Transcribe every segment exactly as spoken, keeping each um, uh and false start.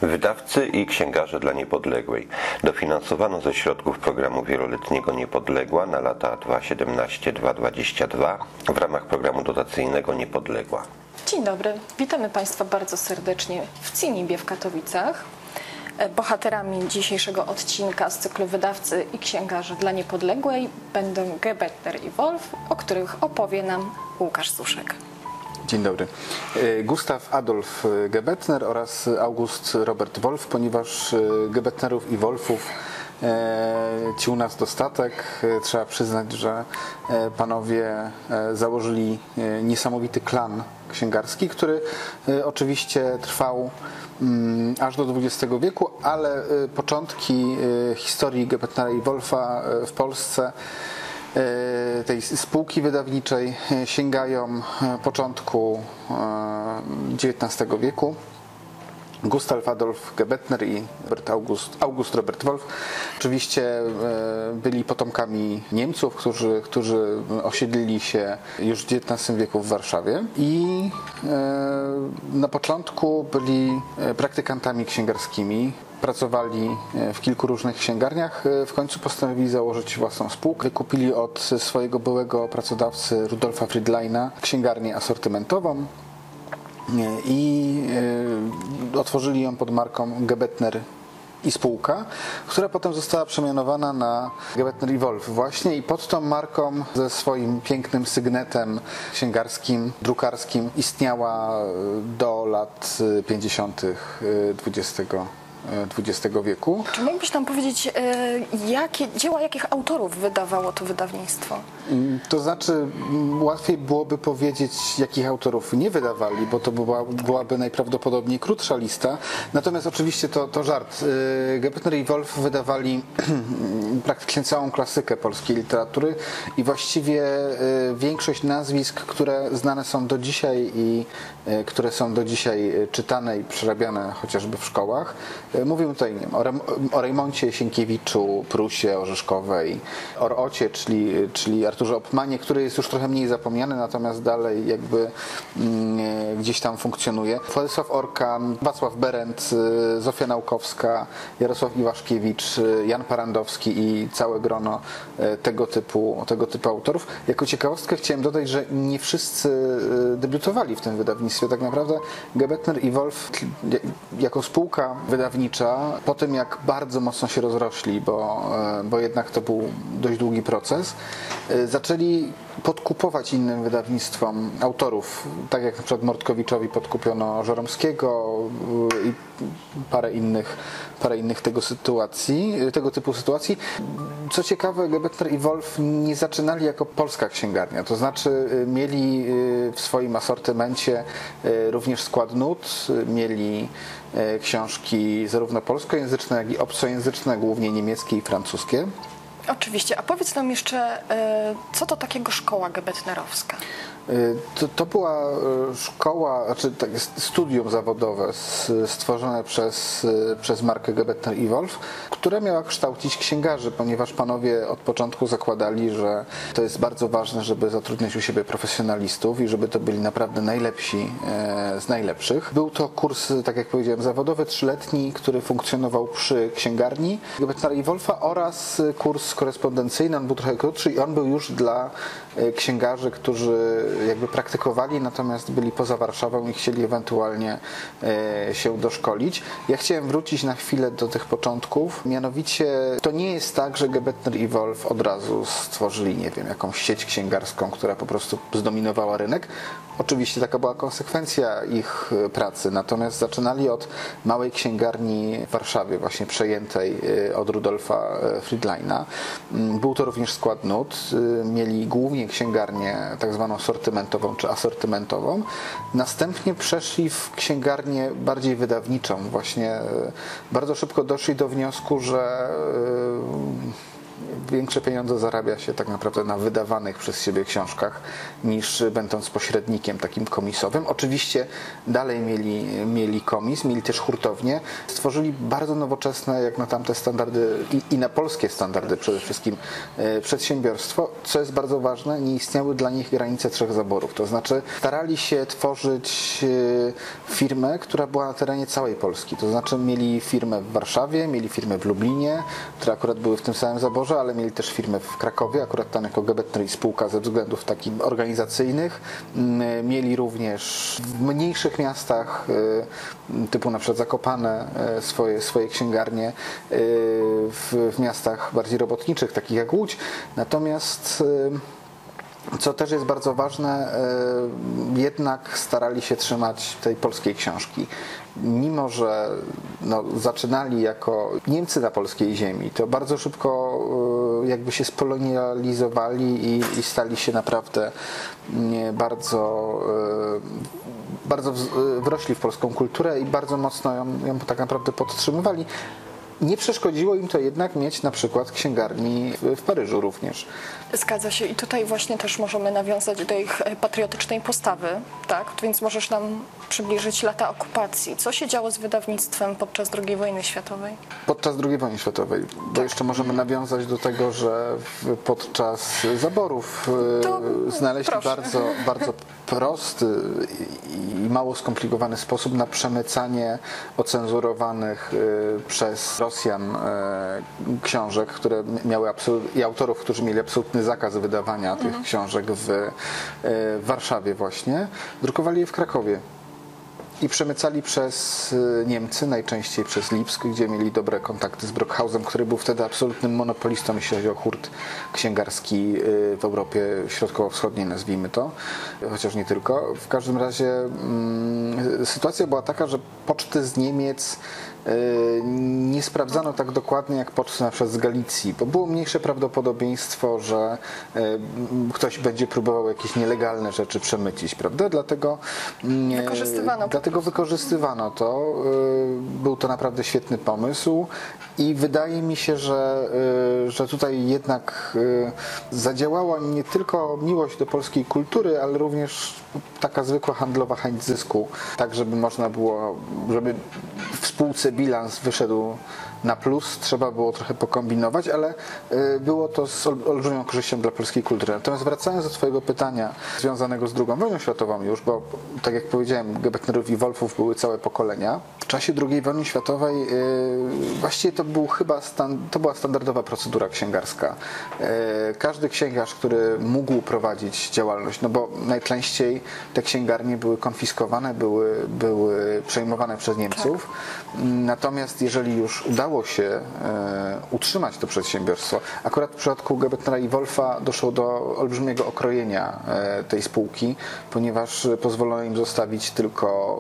Wydawcy i księgarze dla Niepodległej. Dofinansowano ze środków programu wieloletniego Niepodległa na lata dwa tysiące siedemnaście do dwa tysiące dwudziestego drugiego w ramach programu dotacyjnego Niepodległa. Dzień dobry, witamy Państwa bardzo serdecznie w Cinibie w Katowicach. Bohaterami dzisiejszego odcinka z cyklu Wydawcy i księgarze dla Niepodległej będą Gebethner i Wolf, o których opowie nam Łukasz Suszek. Dzień dobry. Gustav Adolf Gebethner oraz August Robert Wolf, ponieważ Gebethnerów i Wolfów ci u nas dostatek. Trzeba przyznać, że panowie założyli niesamowity klan księgarski, który oczywiście trwał aż do dwudziestego wieku, ale początki historii Gebethnera i Wolfa w Polsce, tej spółki wydawniczej, sięgają początku dziewiętnastego wieku. Gustav Adolf Gebethner i Robert August, August Robert Wolf oczywiście byli potomkami Niemców, którzy, którzy osiedlili się już w dziewiętnastym wieku w Warszawie i na początku byli praktykantami księgarskimi. Pracowali w kilku różnych księgarniach, w końcu postanowili założyć własną spółkę. Wykupili od swojego byłego pracodawcy Rudolfa Friedleina księgarnię asortymentową i otworzyli ją pod marką Gebethner i spółka, która potem została przemianowana na Gebethner i Wolf właśnie, i pod tą marką ze swoim pięknym sygnetem księgarskim, drukarskim istniała do lat pięćdziesiątych dwudziestego wieku. Czy mógłbyś nam powiedzieć, jakie dzieła jakich autorów wydawało to wydawnictwo? To znaczy, łatwiej byłoby powiedzieć, jakich autorów nie wydawali, bo to była, byłaby najprawdopodobniej krótsza lista. Natomiast oczywiście to, to żart. Gebethner i Wolf wydawali praktycznie całą klasykę polskiej literatury i właściwie większość nazwisk, które znane są do dzisiaj i które są do dzisiaj czytane i przerabiane chociażby w szkołach. Mówimy tutaj nie wiem, o, Rem, o Rejmoncie Sienkiewiczu, Prusie Orzeszkowej, Orocie, czyli, czyli Arturze Oppmanie, który jest już trochę mniej zapomniany, natomiast dalej jakby mm, gdzieś tam funkcjonuje. Władysław Orkan, Wacław Berendt, Zofia Naukowska, Jarosław Iwaszkiewicz, Jan Parandowski i całe grono tego typu, tego typu autorów. Jako ciekawostkę chciałem dodać, że nie wszyscy debiutowali w tym wydawnictwie. Tak naprawdę Gebethner i Wolf jako spółka wydawnicza, po tym jak bardzo mocno się rozrośli, bo, bo jednak to był dość długi proces, zaczęli podkupować innym wydawnictwom autorów, tak jak na przykład Mordkowiczowi podkupiono Żeromskiego i parę innych, parę innych tego sytuacji, tego typu sytuacji. Co ciekawe, Gebethner i Wolf nie zaczynali jako polska księgarnia, to znaczy mieli w swoim asortymencie również skład nut, mieli książki zarówno polskojęzyczne, jak i obcojęzyczne, głównie niemieckie i francuskie. Oczywiście. A powiedz nam jeszcze, co to takiego szkoła gebethnerowska? To, to była szkoła, znaczy tak, studium zawodowe stworzone przez, przez markę Gebethner i Wolf, która miała kształcić księgarzy, ponieważ panowie od początku zakładali, że to jest bardzo ważne, żeby zatrudniać u siebie profesjonalistów i żeby to byli naprawdę najlepsi z najlepszych. Był to kurs, tak jak powiedziałem, zawodowy, trzyletni, który funkcjonował przy księgarni Gebethnera i Wolfa, oraz kurs korespondencyjny. On był trochę krótszy i on był już dla księgarzy, którzy jakby praktykowali, natomiast byli poza Warszawą i chcieli ewentualnie się doszkolić. Ja chciałem wrócić na chwilę do tych początków. Mianowicie to nie jest tak, że Gebethner i Wolf od razu stworzyli, nie wiem, jakąś sieć księgarską, która po prostu zdominowała rynek. Oczywiście taka była konsekwencja ich pracy, natomiast zaczynali od małej księgarni w Warszawie, właśnie przejętej od Rudolfa Friedleina. Był to również skład nut. Mieli głównie księgarnię tak zwaną sortymentową czy asortymentową. Następnie przeszli w księgarnię bardziej wydawniczą. Właśnie bardzo szybko doszli do wniosku, że większe pieniądze zarabia się tak naprawdę na wydawanych przez siebie książkach, niż będąc pośrednikiem takim komisowym. Oczywiście dalej mieli, mieli komis, mieli też hurtownię. Stworzyli bardzo nowoczesne, jak na tamte standardy i, i na polskie standardy przede wszystkim, e, przedsiębiorstwo. Co jest bardzo ważne, nie istniały dla nich granice trzech zaborów. To znaczy starali się tworzyć e, firmę, która była na terenie całej Polski. To znaczy mieli firmę w Warszawie, mieli firmę w Lublinie, które akurat były w tym samym zaborze, ale mieli też firmę w Krakowie, akurat tam jako Gebetner i spółka ze względów takich organizacyjnych. Mieli również w mniejszych miastach, typu na przykład Zakopane, swoje, swoje księgarnie, w, w miastach bardziej robotniczych, takich jak Łódź. Natomiast co też jest bardzo ważne, jednak starali się trzymać tej polskiej książki. Mimo że no, zaczynali jako Niemcy na polskiej ziemi, to bardzo szybko jakby się spolonializowali i, i stali się naprawdę bardzo, bardzo wrośli w polską kulturę i bardzo mocno ją, ją tak naprawdę podtrzymywali. Nie przeszkodziło im to jednak mieć na przykład księgarni w Paryżu również. Zgadza się i tutaj właśnie też możemy nawiązać do ich patriotycznej postawy, tak? Więc możesz nam przybliżyć lata okupacji. Co się działo z wydawnictwem podczas drugiej wojny światowej? Podczas drugiej wojny światowej, bo tak. Jeszcze możemy nawiązać do tego, że podczas zaborów to znaleźli proszę. bardzo, bardzo prosty i mało skomplikowany sposób na przemycanie ocenzurowanych przez Rosjan książek, które miały absolut, i autorów, którzy mieli absolutny zakaz wydawania mhm. tych książek w, w Warszawie właśnie. Drukowali je w Krakowie. I przemycali przez Niemcy, najczęściej przez Lipsk, gdzie mieli dobre kontakty z Brockhausem, który był wtedy absolutnym monopolistą, jeśli chodzi o hurt księgarski w Europie Środkowo-Wschodniej, nazwijmy to, chociaż nie tylko. W każdym razie hmm, sytuacja była taka, że poczty z Niemiec nie sprawdzano tak dokładnie jak poczty na przykład z Galicji, bo było mniejsze prawdopodobieństwo, że ktoś będzie próbował jakieś nielegalne rzeczy przemycić, prawda? Dlatego wykorzystywano, dlatego wykorzystywano to. Był to naprawdę świetny pomysł i wydaje mi się, że, że tutaj jednak zadziałała nie tylko miłość do polskiej kultury, ale również taka zwykła handlowa chęć zysku, tak żeby można było, żeby w spółce bilans wyszedł na plus, trzeba było trochę pokombinować, ale było to z olbrzymią korzyścią dla polskiej kultury. Natomiast wracając do twojego pytania związanego z drugą wojną światową już, bo tak jak powiedziałem, Gebetnerów i Wolfów były całe pokolenia. W czasie drugiej wojny światowej właściwie to był chyba stan, to była standardowa procedura księgarska. Każdy księgarz, który mógł prowadzić działalność, no bo najczęściej te księgarnie były konfiskowane, były, były przejmowane przez Niemców. Natomiast jeżeli już udało się e, utrzymać to przedsiębiorstwo, akurat w przypadku Gebetnera i Wolfa doszło do olbrzymiego okrojenia e, tej spółki, ponieważ pozwolono im zostawić tylko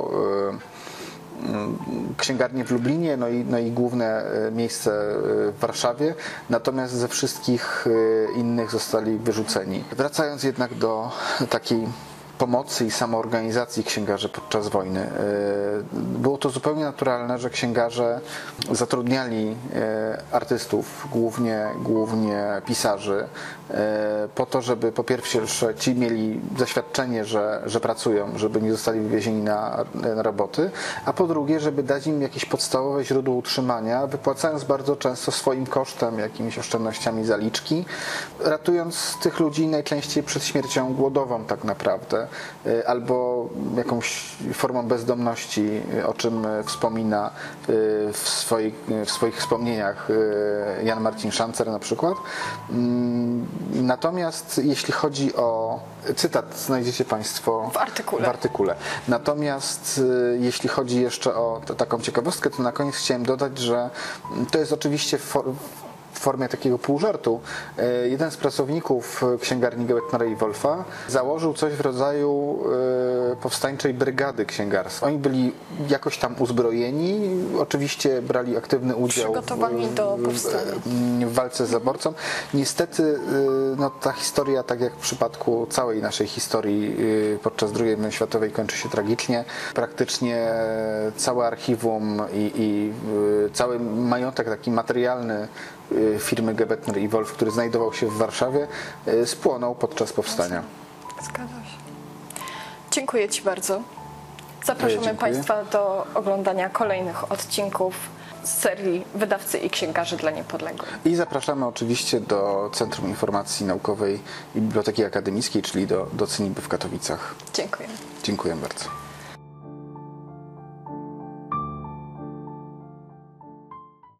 e, księgarnię w Lublinie, no i, no i główne miejsce w Warszawie, natomiast ze wszystkich innych zostali wyrzuceni. Wracając jednak do takiej pomocy i samoorganizacji księgarzy podczas wojny. Było to zupełnie naturalne, że księgarze zatrudniali artystów, głównie, głównie pisarzy, po to, żeby po pierwsze ci mieli zaświadczenie, że, że pracują, żeby nie zostali wywiezieni na, na roboty, a po drugie, żeby dać im jakieś podstawowe źródło utrzymania, wypłacając bardzo często swoim kosztem, jakimiś oszczędnościami zaliczki, ratując tych ludzi najczęściej przed śmiercią głodową tak naprawdę, albo jakąś formą bezdomności, o czym wspomina w swoich, w swoich wspomnieniach Jan Marcin Szancer na przykład. Natomiast jeśli chodzi o cytat, znajdziecie Państwo w artykule. W artykule. Natomiast jeśli chodzi jeszcze o taką ciekawostkę, to na koniec chciałem dodać, że to jest oczywiście for, w formie takiego półżartu. Jeden z pracowników księgarni Gebetnera i Wolfa założył coś w rodzaju powstańczej brygady księgarskiej. Oni byli jakoś tam uzbrojeni, oczywiście brali aktywny udział przygotowani do powstania. W, w walce z zaborcą. Niestety no, ta historia, tak jak w przypadku całej naszej historii podczas drugiej wojny światowej, kończy się tragicznie. Praktycznie całe archiwum i, i cały majątek taki materialny y, firmy Gebetner i Wolf, który znajdował się w Warszawie, y, spłonął podczas powstania. Zgadza się. Dziękuję Ci bardzo. Zapraszamy Dziękuję. Państwa do oglądania kolejnych odcinków z serii Wydawcy i Księgarze dla Niepodległej. I zapraszamy oczywiście do Centrum Informacji Naukowej i Biblioteki Akademickiej, czyli do, do CENIBY w Katowicach. Dziękuję. Dziękuję bardzo.